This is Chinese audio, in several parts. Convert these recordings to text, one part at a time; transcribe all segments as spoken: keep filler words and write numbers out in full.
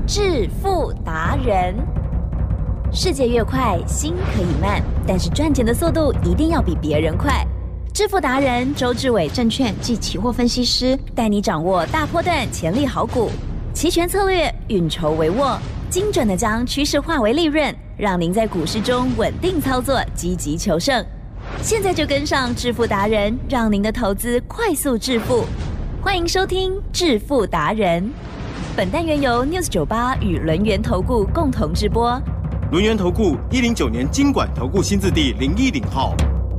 致富达人。世界越快，心可以慢，但是赚钱的速度一定要比别人快。致富达人周志伟证券及期货分析师带你掌握大波段潜力好股，期权策略运筹帷幄，精准的将趋势化为利润，让您在股市中稳定操作，积极求胜。现在就跟上致富达人，让您的投资快速致富。欢迎收听致富达人。本单元由 News 九十八与轮源投顾共同直播。 轮源投顾一零九年金管投顾新字第零一零号。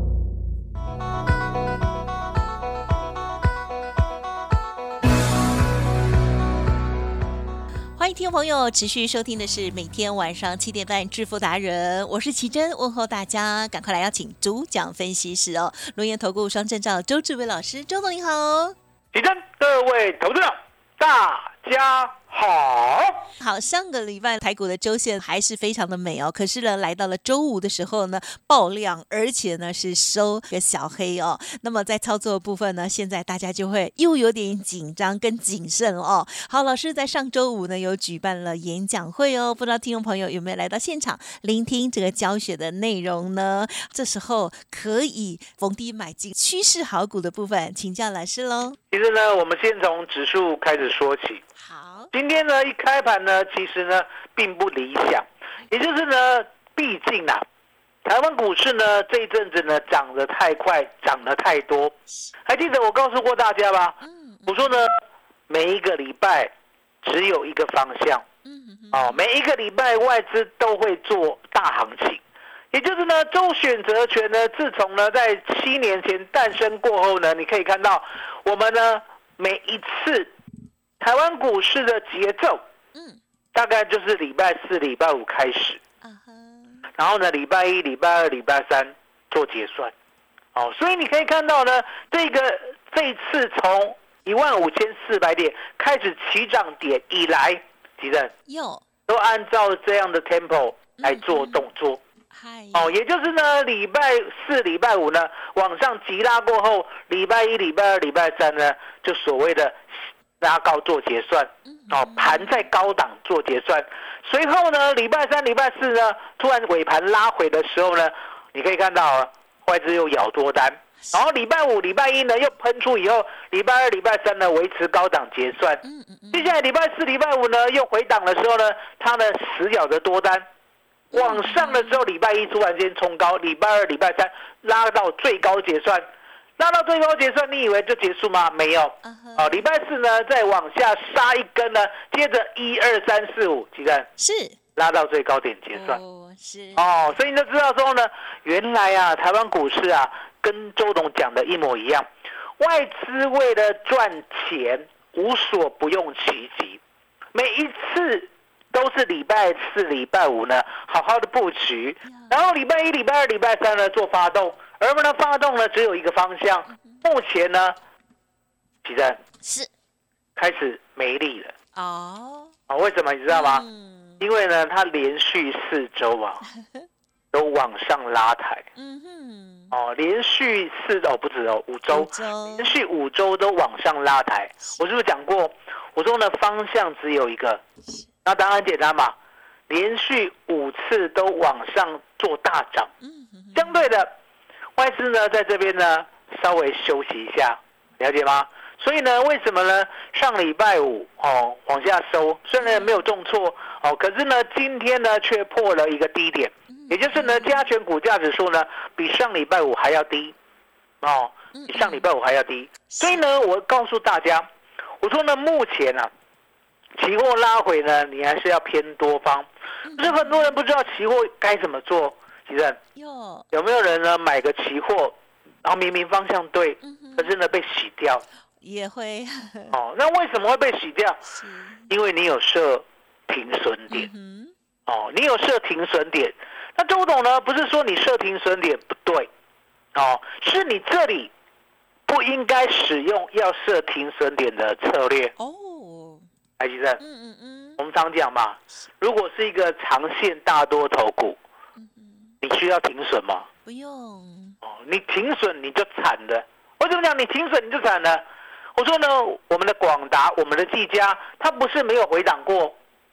欢迎听众朋友持续收听的是每天晚上七点半致富达人，我是奇珍，问候大家，赶快来邀请主讲分析师哦，轮源投顾双证照周志伟老师，周总你好。 奇珍，各位投资者大家好。 好，上个礼拜台股的周线还是非常的美哦，可是呢，来到了周五的时候呢，爆量，而且呢是收个小黑哦。那么在操作的部分呢，现在大家就会又有点紧张跟谨慎哦。好，老师在上周五呢有举办了演讲会哦，不知道听众朋友有没有来到现场聆听这个教学的内容呢？这时候可以逢低买进趋势好股的部分，请教老师喽。 其实呢，我们先从指数开始说起。 好， 今天呢一开盘呢，其实呢并不理想，也就是呢，毕竟啊，台湾股市呢这一阵子呢涨得太快，涨得太多。还记得我告诉过大家吧？我说呢，每一个礼拜只有一个方向，哦，每一个礼拜外资都会做大行情。也就是呢，周选择权呢，自从呢在七年前诞生过后呢，你可以看到我们呢每一次台湾股市的节奏，嗯，大概就是礼拜四、礼拜五开始，然后呢礼拜一、礼拜二、礼拜三做结算，哦，所以你可以看到呢，这个这一次从一万五千四百点开始起涨点以来，其实都按照这样的 tempo 来做动作。哦，也就是呢，礼拜四、礼拜五呢往上急拉过后，礼拜一、礼拜二、礼拜三呢，就所谓的拉高做结算，哦，盘在高档做结算。随后呢，礼拜三、礼拜四呢，突然尾盘拉回的时候呢，你可以看到外资又咬多单，然后礼拜五、礼拜一呢又喷出以后，礼拜二、礼拜三呢维持高档结算。接下来礼拜四、礼拜五呢又回档的时候呢，它呢死咬着多单。往上的时候，礼拜一突然间冲高，礼拜二、礼拜三拉到最高结算，拉到最高结算，你以为就结束吗？没有。哦，礼拜四呢再往下杀一根呢，接着一二三四五，几根是拉到最高点结算。 哦，是哦，所以你就知道说呢，原来啊，台湾股市啊，跟周董讲的一模一样，外资为了赚钱，无所不用其极，每一次都是礼拜四、礼拜五呢，好好的布局，然后礼拜一、礼拜二、礼拜三呢做发动，而我们的发动呢只有一个方向，目前呢，其实是开始没力了。 哦， 啊，为什么你知道吗？ 嗯、 因为呢，它连续四周啊都往上拉抬。 嗯哼， 哦，连续四哦不止哦五周，连续五周都往上拉抬。我是不是讲过？我说呢，方向只有一个，那当然简单嘛，连续五次都往上做大涨。相对的，外资呢在这边呢稍微休息一下，了解吗？所以呢，为什么呢？上礼拜五哦往下收，虽然没有重挫哦，可是呢今天呢却破了一个低点，也就是呢加权股价指数呢比上礼拜五还要低哦，比上礼拜五还要低。所以呢，我告诉大家。我说呢，目前啊，期货拉回呢，你还是要偏多方。可是很多人不知道期货该怎么做，其实有没有人呢买个期货，然后明明方向对，可是呢被洗掉？ 也会哦，那为什么会被洗掉？因为你有设停损点，嗯、哦，你有设停损点。那周董呢，不是说你设停损点不对，哦，是你这里不应该使用要设停损点的策略哦。来，吉正，嗯嗯嗯，我们常讲嘛，如果是一个长线大多头股，嗯嗯，你需要停损吗？ 不用。 哦，你停损你就惨了。我怎么讲？你停损你就惨了。我说呢，我们的广达、我们的技嘉，它不是没有回档过，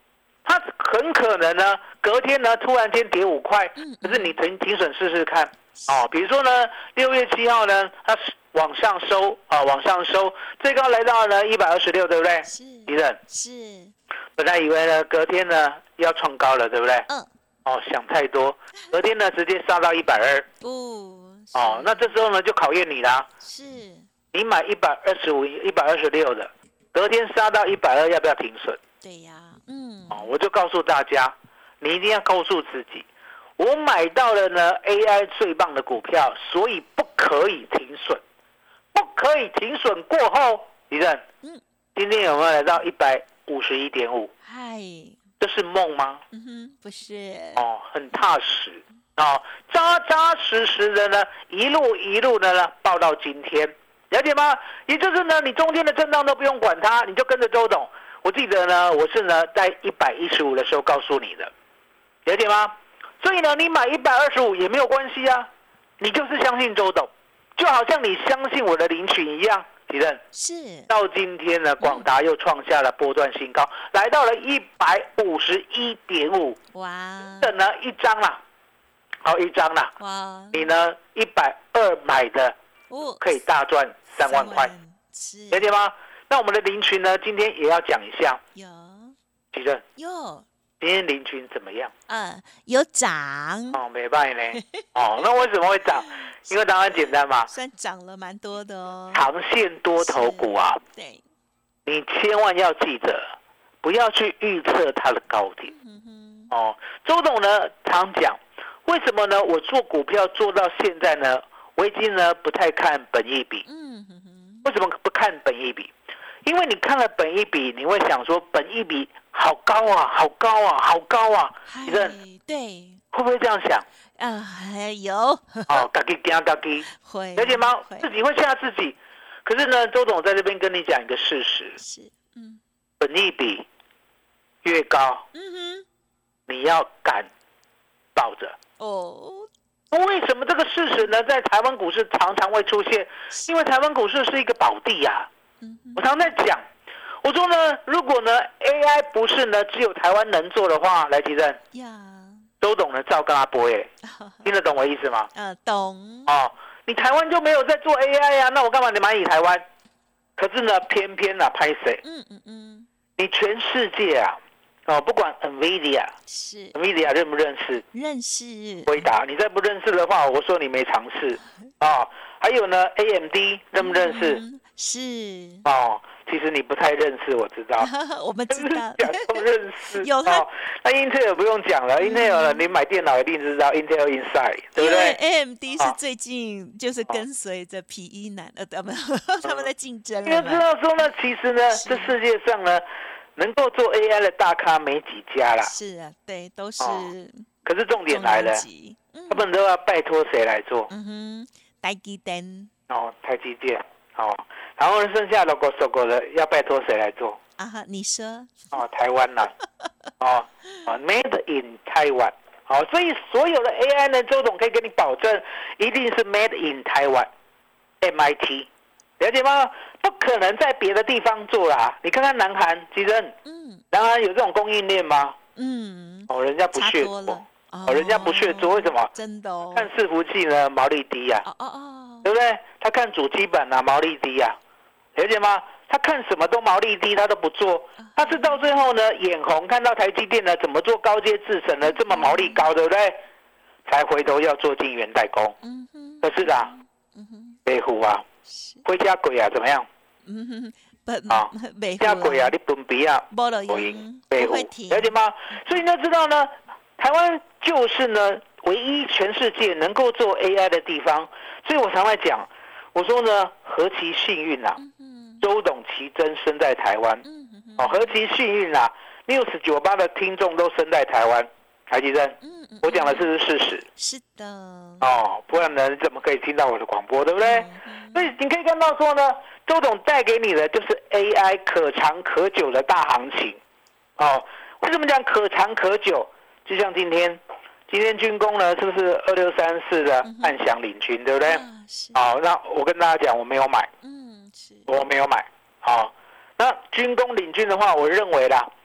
它很可能呢，隔天呢突然间跌五块，可是你停停损试试看哦。比如说呢，六月七号呢，它往上收啊，往上收，最高来到呢一百二十六，对不对？ 是， 敌人是， 本来以为呢隔天呢要创高了，对不对？ 嗯， 哦，想太多，隔天呢直接杀到一百二， 哦， 哦，那这时候呢就考验你啦， 是， 你买一百二十五、一百二十六的，隔天杀到一百二，要不要停损？ 对呀，嗯， 哦，我就告诉大家，你一定要告诉自己，我买到了呢 A I 最棒的股票，所以不可以停损，不可以停损过后，李正， 嗯， 今天有没有来到一百五十一点五？ 嗨， 这是梦吗？ 嗯哼，不是， 哦，很踏实哦，扎扎实实的呢，一路一路的呢，报到今天，了解吗？也就是呢，你中间的震荡都不用管它，你就跟着周董。我记得呢，我是呢在一百一十五的时候告诉你的，了解吗？所以呢，你买一百二十五也没有关系啊，你就是相信周董，就好像你相信我的林群一样，提正是， 到今天呢，广达又创下了波段新高，嗯、来到了一百五十一点五， 哇， 等了一张啦，好一张啦， 哇， 你呢一百二买的， 哦， 可以大赚三万块， 是， 了解吗？那我们的林群呢，今天也要讲一下， 有， 提正有。 今天林群怎么样？ 嗯，有涨哦，没办法呢。哦，那为什么会涨？因为答案简单嘛， 算涨了蛮多的哦。 长线多头股啊， 对， 你千万要记得，不要去预测它的高点。 嗯哼， 哦，周董呢常讲，为什么呢？我做股票做到现在呢，我已经呢不太看本益比。 嗯哼哼， 为什么不看本益比？因为你看了本益比，你会想说本益比好高啊，好高啊，好高啊，你认对， 会不会这样想？ 啊，有哦，自己惊自己， 会了解吗？ 会自己会吓自己。可是呢，周董在这边跟你讲一个事实： 是，嗯， 本益比越高， 嗯哼， 你要敢抱着。 哦， 为什么这个事实呢？在台湾股市常常会出现，因为台湾股市是一个宝地呀、啊。我常在讲，我说呢，如果呢 A I 不是呢只有台湾能做的话，来提振呀， 周董呢照跟他播耶，听得懂我意思吗？ 呃，懂哦，你台湾就没有在做 A I 呀、啊，那我干嘛你买你台湾？可是呢，偏偏啊，拍谁？ 嗯嗯嗯， 你全世界啊，哦，不管 NVIDIA 是 NVIDIA 认不认识？ 认识， 回答，你再不认识的话，我说你没尝试啊、哦。还有呢 ，A M D 认不认识？ 嗯、是哦，其实你不太认识，我知道。 我们知道， 讲都认识。 有他、 哦，那 Intel 不用讲了、嗯、，Intel 呢，你买电脑一定知道 Intel Inside， 对不对？因为 A M D 是最近就是跟随着皮衣男呃他们他们在竞争了。 你要知道说呢，其实呢，这世界上呢，能够做 A I 的大咖没几家啦。 是啊，对，都是。 哦、可是重点来了， 嗯、 他们都要拜托谁来做？ 嗯哼，台积电。 哦，台积电。哦，然后剩下的狗手狗的要拜托谁来做？ 啊哈，你说？ 哦，台湾啦，哦，哦 ，Made in Taiwan， 好、哦，所以所有的 A I 呢，周董可以跟你保证，一定是 Made in Taiwan，M I T， 了解吗？不可能在别的地方做啦。你看看南韩，其实，嗯，南韩有这种供应链吗？嗯，哦，人家不屑做，哦，人家不屑做，为什么？ 真的哦， 看伺服器呢，毛利低呀、啊，哦哦哦，对不对？他看主基本啊，毛利低呀、啊，了解吗？他看什么都毛利低，他都不做。他是到最后呢，眼红看到台积电呢怎么做高阶制程呢这么毛利高，对不对？才回头要做晶圆代工。嗯哼，可是啦，嗯哼，北湖啊，回家鬼啊，怎么样？嗯哼，不啊，家鬼啊，你分比啊，不赢北湖，了解吗？所以你要知道呢，台湾就是呢唯一全世界能够做 A I 的地方。所以我常来讲，我说呢，何其幸运啊！周董奇珍生在台湾，哦，何其幸运啊 ！News 九八的听众都生在台湾，台积珍，我讲的是不是事实？ 是的。 哦，不然呢，你怎么可以听到我的广播，对不对？所以你可以看到说呢，周董带给你的就是 A I 可长可久的大行情。哦，为什么讲可长可久？就像今天。今天军工呢，是不是二六三四的汉翔领军，对不对？好、哦，那我跟大家讲，我没有买，嗯，是，我没有买。好、哦，那军工领军的话，我认为啦，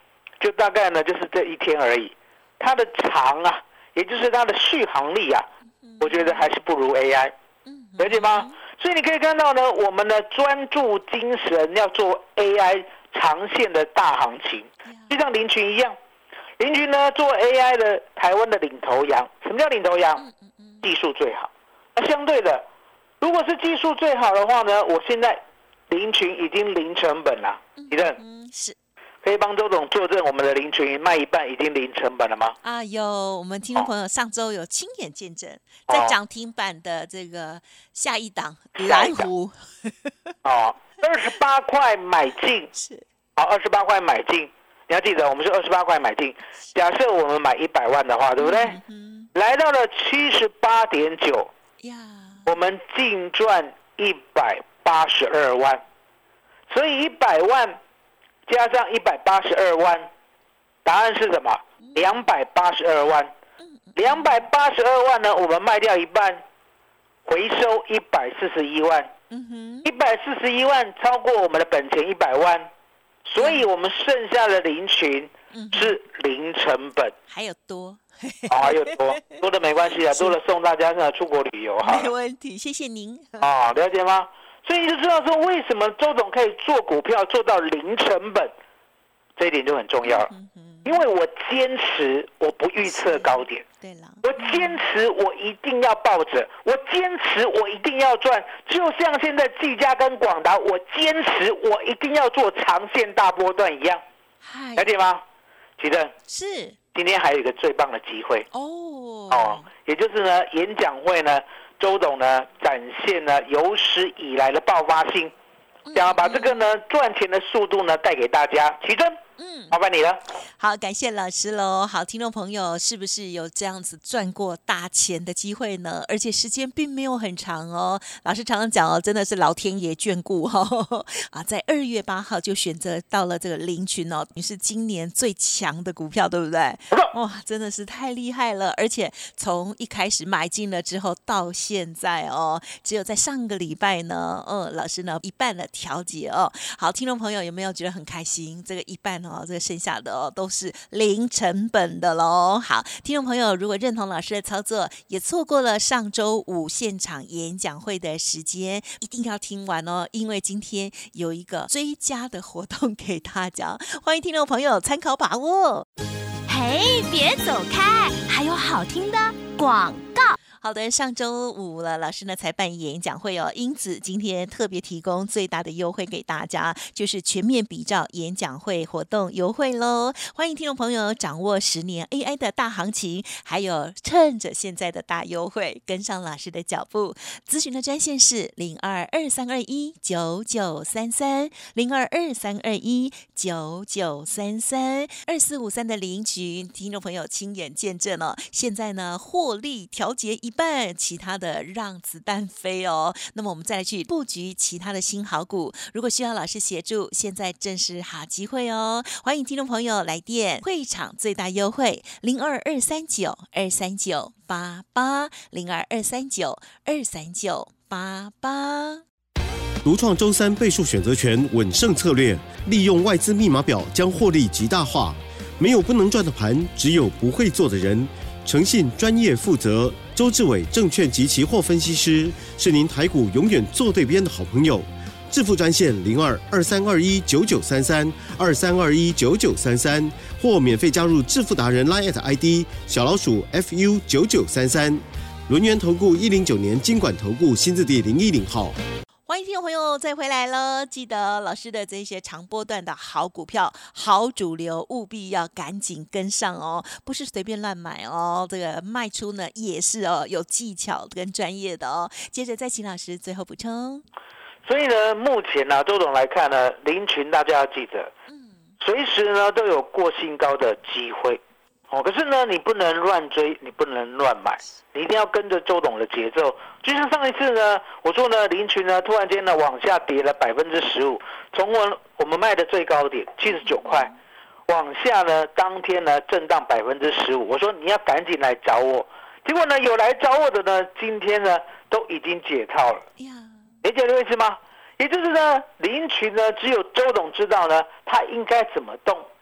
就大概呢就是这一天而已。它的长啊，也就是它的续航力啊，我觉得还是不如 A I， 了解吗？所以你可以看到呢，我们的专注精神要做 A I 长线的大行情，就像林群一样。林群呢做 A I 的台湾的领头羊。什么叫领头羊？技术最好。那相对的，如果是技术最好的话呢，我现在林群已经零成本了。你认？ 嗯，是。 可以帮周董作证，我们的林群卖一半已经零成本了吗？ 啊，有，我们听众朋友上周有亲眼见证，在涨停板的这个下一档蓝湖， 哦，二十八块买进， 是， 好，二十八块买进，你要记得，我们是二十八块买进。假设我们买一百万的话，对不对？嗯、来到了七十八点九，呀，我们净赚一百八十二万，所以一百万。加上一百八十二万，答案是什么？两百八十二万。两百八十二万呢，我们卖掉一半，回收一百四十一万。一百四十一万超过我们的本钱一百万，所以我们剩下的零群是零成本。 还有多？ 啊、哦，还有多，多的没关系啊，多了送大家呢出国旅游哈。 没问题，谢谢您。 啊、哦，了解吗？所以你就知道说为什么周董可以做股票做到零成本，这一点就很重要了。因为我坚持我不预测高点， 对了， 我坚持我一定要抱着，我坚持我一定要赚，就像现在技嘉跟广达，我坚持我一定要做长线大波段一样，了解吗？奇正是， 今天还有一个最棒的机会哦哦，也就是呢演讲会呢。周董呢展现了有史以来的爆发性，想要把这个呢赚钱的速度呢带给大家。奇珍，嗯，麻烦你了。 好，感谢老师喽。好，听众朋友，是不是有这样子赚过大钱的机会呢？而且时间并没有很长哦。老师常常讲哦，真的是老天爷眷顾哈、哦、啊，在二月八号就选择到了这个林群哦，你是今年最强的股票，对不对？哇，真的是太厉害了！而且从一开始买进了之后到现在哦，只有在上个礼拜呢，呃，老师呢一半的调节哦。好，听众朋友有没有觉得很开心？这个一半哦，这个剩下的哦都是零成本的喽。好，听众朋友如果认同老师的操作，也错过了上周五现场演讲会的时间，一定要听完哦，因为今天有一个追加的活动给大家，欢迎听众朋友参考把握。 嘿，别走开，还有好听的广告。 好的，上周五了，老师呢才办演讲会哦，因此今天特别提供最大的优惠给大家，就是全面比照演讲会活动优惠喽！欢迎听众朋友掌握十年 A I 的大行情，还有趁着现在的大优惠，跟上老师的脚步。咨询的专线是零二二三二一九九三三零二二三二一九九三三二四五三的林群，听众朋友亲眼见证哦，现在呢获利调节一半，其他的让子弹飞哦。那么我们再来去布局其他的新好股，如果需要老师协助，现在正是好机会哦。欢迎听众朋友来电，会场最大优惠零二二三九二三九八八零二二三九二三九八八。 独创周三倍数选择权稳胜策略，利用外资密码表将获利极大化。没有不能赚的盘，只有不会做的人。诚信、专业、负责，周志伟证券及期货分析师是您台股永远坐对边的好朋友。致富专线零二二三二一九九三三二三二一九九三三，或免费加入致富达人 Line I D 小老鼠 F U 九九三三。轮源投顾一零九年金管投顾新字第零一零号。 欢迎听众朋友再回来了，记得老师的这些长波段的好股票、好主流，务必要赶紧跟上哦，不是随便乱买哦。这个卖出呢也是哦有技巧跟专业的哦。接着再请老师最后补充。 所以呢，目前呢、啊，周董来看呢，林群大家要记得，随时呢都有过新高的机会。哦，可是呢，你不能乱追，你不能乱买，你一定要跟着周董的节奏。就像上一次呢，我说呢，林群呢突然间呢往下跌了百分之十五，从我我们卖的最高点七十九块，往下呢当天呢震荡百分之十五。我说你要赶紧来找我，结果呢有来找我的呢，今天呢都已经解套了。理解这个意思吗？也就是呢，林群呢只有周董知道呢，他应该怎么动。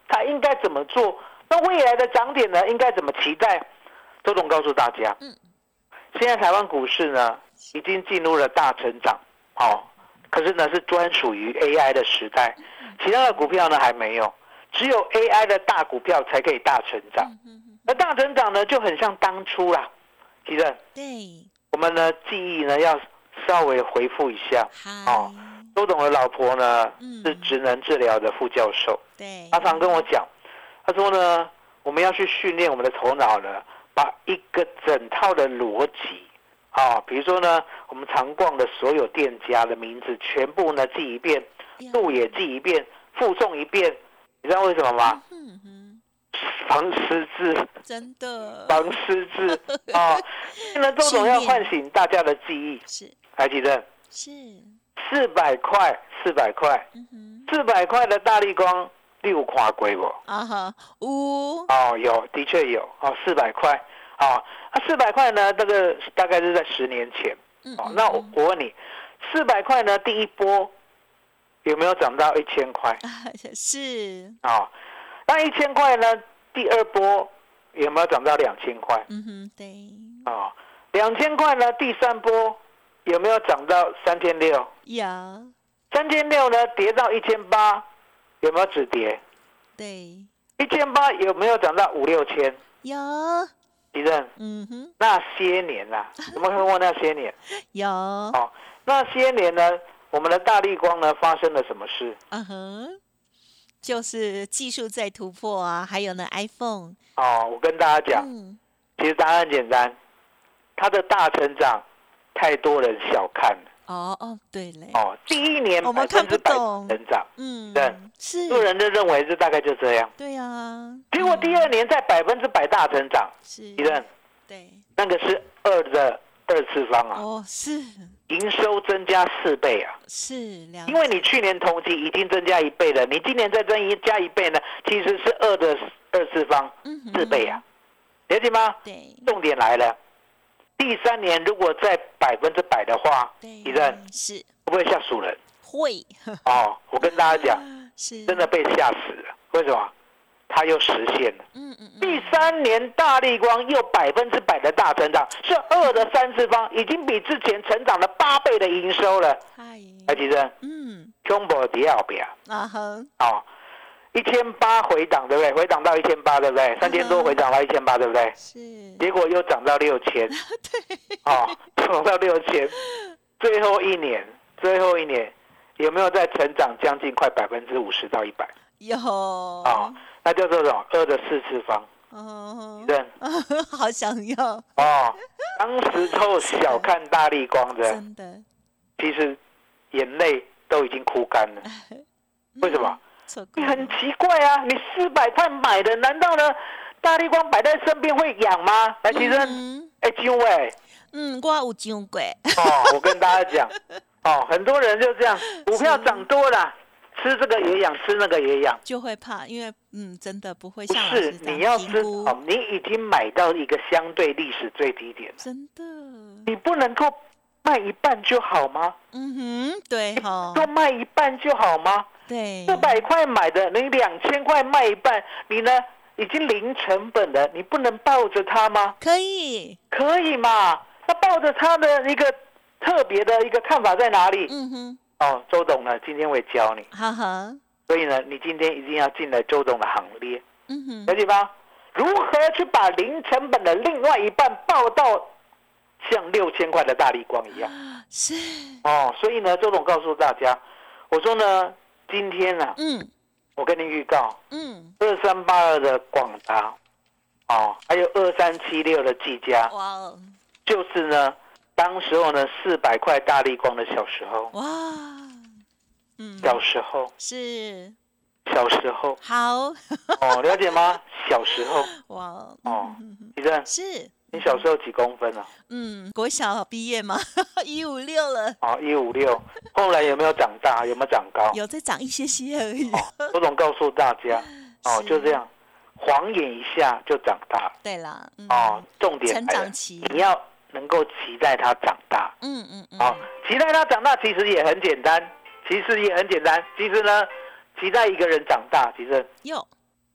它应该怎么做？那未来的涨点呢，应该怎么期待？周董告诉大家，嗯，现在台湾股市呢，已经进入了大成长，哦，可是呢是专属于 A I 的时代，其他的股票呢还没有，只有 A I 的大股票才可以大成长。而大成长呢，就很像当初啦，其实对， 我们呢记忆呢要稍微回复一下，哦，周董的老婆呢、嗯、是职能治疗的副教授， 对， 他常跟我讲，他说呢，我们要去训练我们的头脑呢，把一个整套的逻辑，啊、哦，比如说呢，我们常逛的所有店家的名字，全部呢记一遍，路也记一遍，附送一遍，你知道为什么吗？嗯嗯，防失智， 真的， 防失智啊！现在周董要唤醒大家的记忆， 是， 还记得？ 是， 四百块，四百块，四百块的大立光，你有看过不？ 啊哈，有哦，有，的确有哦，四百块，啊，那四百块呢？这个大概是在十年前，哦，那我我问你，四百块呢？第一波有没有涨到一千块？ 是， 啊，那一千块呢？第二波有没有涨到两千块？ 嗯哼，对， 啊，两千块呢？第三波有没有涨到三千六？ 有， 三千六呢？跌到一千八，有没有止跌？ 对， 一千八有没有涨到五六千？ 有， 地震， 嗯哼， 那些年啦、啊，有没有看过那些年？ 有， 哦，那些年呢，我们的大立光呢发生了什么事？ 嗯哼，就是技术在突破啊，还有呢 ，iPhone。 哦，我跟大家讲，嗯、其实答案很简单，它的大成长太多人小看了。 哦哦，对嘞。 哦，第一年百分之百成长， 嗯， 对， 是， 多人就认为这大概就这样。 对啊。 结果第二年在百分之百大成长， 是， 你认？ 对， 那个是二的二次方啊。 哦，是。 营收增加四倍啊。 是， 因为你去年同期已经增加一倍了，你今年再增加一倍呢，其实是二的二次方四倍啊，了解吗？ 对。 重点来了。第三年如果在百分之百的话，你认是会不会吓死人？ 会哦，我跟大家讲， 是真的被吓死了。为什么？它又实现了。嗯嗯嗯。第三年大立光又百分之百的大成长，是二的三次方，已经比之前成长了八倍的营收了。嗨，还记得？嗯。中博迪奥比亚。啊哼。哦。一千八回档，对不对？回档到一千八，对不对？三千多回档到一千八，对不对？ 是。 结果又涨到六千。 对。 哦，涨到六千。最后一年，最后一年有没有在成长将近快百分之五十到一百？ 有。 哦，那叫做什么？二的四次方。哦。对。 好想要。 哦，当时候小看大立光的， 真的。 其实眼泪都已经哭干了。为什么？你很奇怪啊，你四百块买的，难道呢大立光摆在身边会痒吗？来，其实，哎，金伟， 嗯，我有上过。 哦，我跟大家讲，哦，很多人就这样，股票涨多了，吃这个也痒，吃那个也痒， 就会怕，因为嗯，真的不会像不是你要知道，你已经买到一个相对历史最低点， 真的， 你不能够卖一半就好吗？ 嗯哼，对哈， 多卖一半就好吗？ 对， 四百块买的，你两千块卖一半，你呢已经零成本了，你不能抱着它吗？ 可以， 可以嘛？那抱着它的一个特别的一个看法在哪里？嗯哼，哦，周董呢，今天会教你， 哈哈， 所以呢，你今天一定要进来周董的行列， 嗯哼， 了解吗？如何去把零成本的另外一半抱到像六千块的大立光一样？ 是， 哦，所以呢，周董告诉大家，我说呢。今天啊，嗯，我跟你预告，嗯，二三八二的广达，哦，还有二三七六的技嘉，哇，就是呢，当时候呢四百块大立光的小时候，哇，嗯，小时候是， 小时候， 好， 哦，了解吗？小时候， 哇， 哦，你这是。 你小时候几公分啊？ 嗯，国小毕业吗？一五六了。 哦，一五六。后来有没有长大？有没有长高？ 有再长一些些而已。 哦，周董告诉大家，哦，就这样，晃眼一下就长大。 对啦。 嗯、哦，重点成长期， 你要能够期待它长大。嗯嗯嗯。哦，期待它长大其实也很简单，其实也很简单。其实呢，期待一个人长大，其实有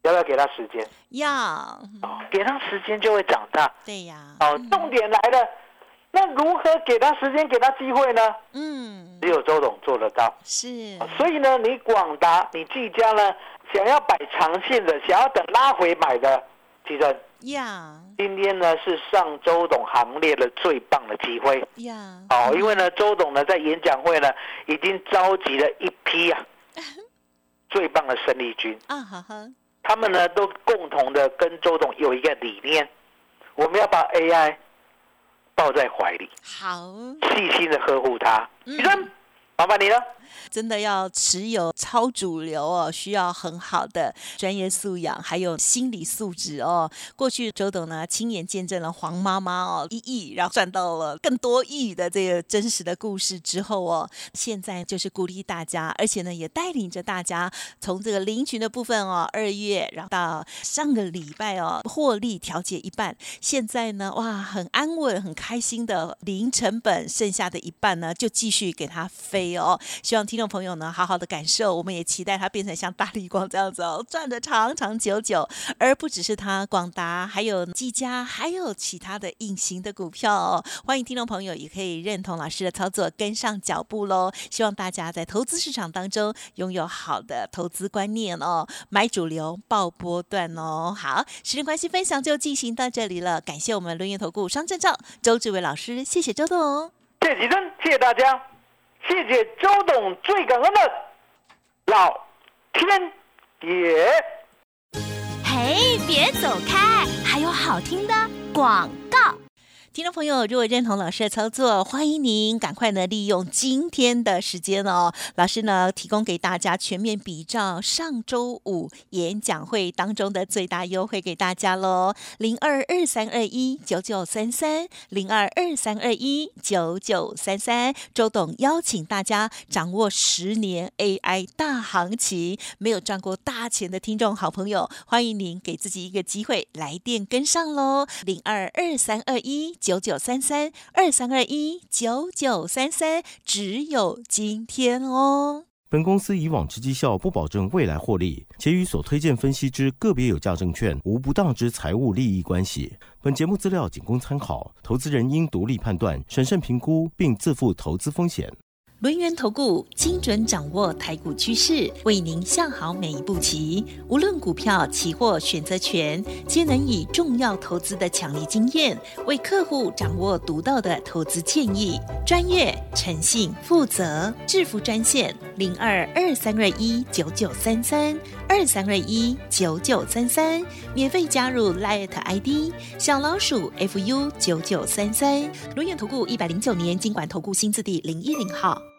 要不要给他时间？ 要， 哦，给他时间就会长大。 对呀。 哦，重点来了，那如何给他时间，给他机会呢？ 嗯， 只有周董做得到。 是。 所以呢，你广达、你技嘉呢，想要摆长线的，想要等拉回买的，其实呀， 今天呢是上周董行列的最棒的机会呀。 哦，因为呢，周董呢在演讲会呢已经召集了一批啊最棒的生力军啊，哈哈， 他们呢都共同的跟周董有一个理念，我们要把 A I 抱在怀里， 好， 细心的呵护它。 嗯医生，麻烦你了。 真的要持有超主流哦，需要很好的专业素养，还有心理素质哦。过去周董呢亲眼见证了黄妈妈哦一亿，然后赚到了更多亿的这个真实的故事之后哦，现在就是鼓励大家，而且呢也带领着大家从这个零群的部分哦，二月然后到上个礼拜哦获利调节一半，现在呢哇很安稳很开心的零成本，剩下的一半呢就继续给它飞哦。希望听众朋友呢好好的感受，我们也期待它变成像大立光这样子哦，赚得长长久久，而不只是它，广达还有技嘉还有其他的隐形的股票哦。欢迎听众朋友也可以认同老师的操作，跟上脚步咯。希望大家在投资市场当中拥有好的投资观念哦，买主流报波段哦。好，时间关系分享就进行到这里了，感谢我们轮源投顾双证照周志伟老师，谢谢周董， 谢谢吉珍，谢谢大家。谢谢周董，最感恩的老天爷。 嘿，别走开，还有好听的广告。 听众朋友，如果认同老师的操作，欢迎您赶快呢利用今天的时间哦。老师呢提供给大家全面比照上周五演讲会当中的最大优惠给大家喽，零二二三二一九九三三，零二二三二一九九三三。周董邀请大家掌握十年 A I 大行情，没有赚过大钱的听众好朋友，欢迎您给自己一个机会，来电跟上喽，零二二三二一九九三三，二三二一九九三三，只有今天哦。 本公司以往之绩效不保证未来获利，且与所推荐分析之个别有价证券无不当之财务利益关系。本节目资料仅供参考，投资人应独立判断、审慎评估，并自负投资风险。 轮源投顾精准掌握台股趋势，为您下好每一步棋。无论股票、期货、选择权，皆能以重要投资的强力经验，为客户掌握独到的投资建议。专业、诚信、负责，致富专线零二二三二一九九三三二三二一九九三三，免费加入 Line I D 小老鼠 F U 九九三三。轮源投顾一百零九年金管投顾新字第零一零号。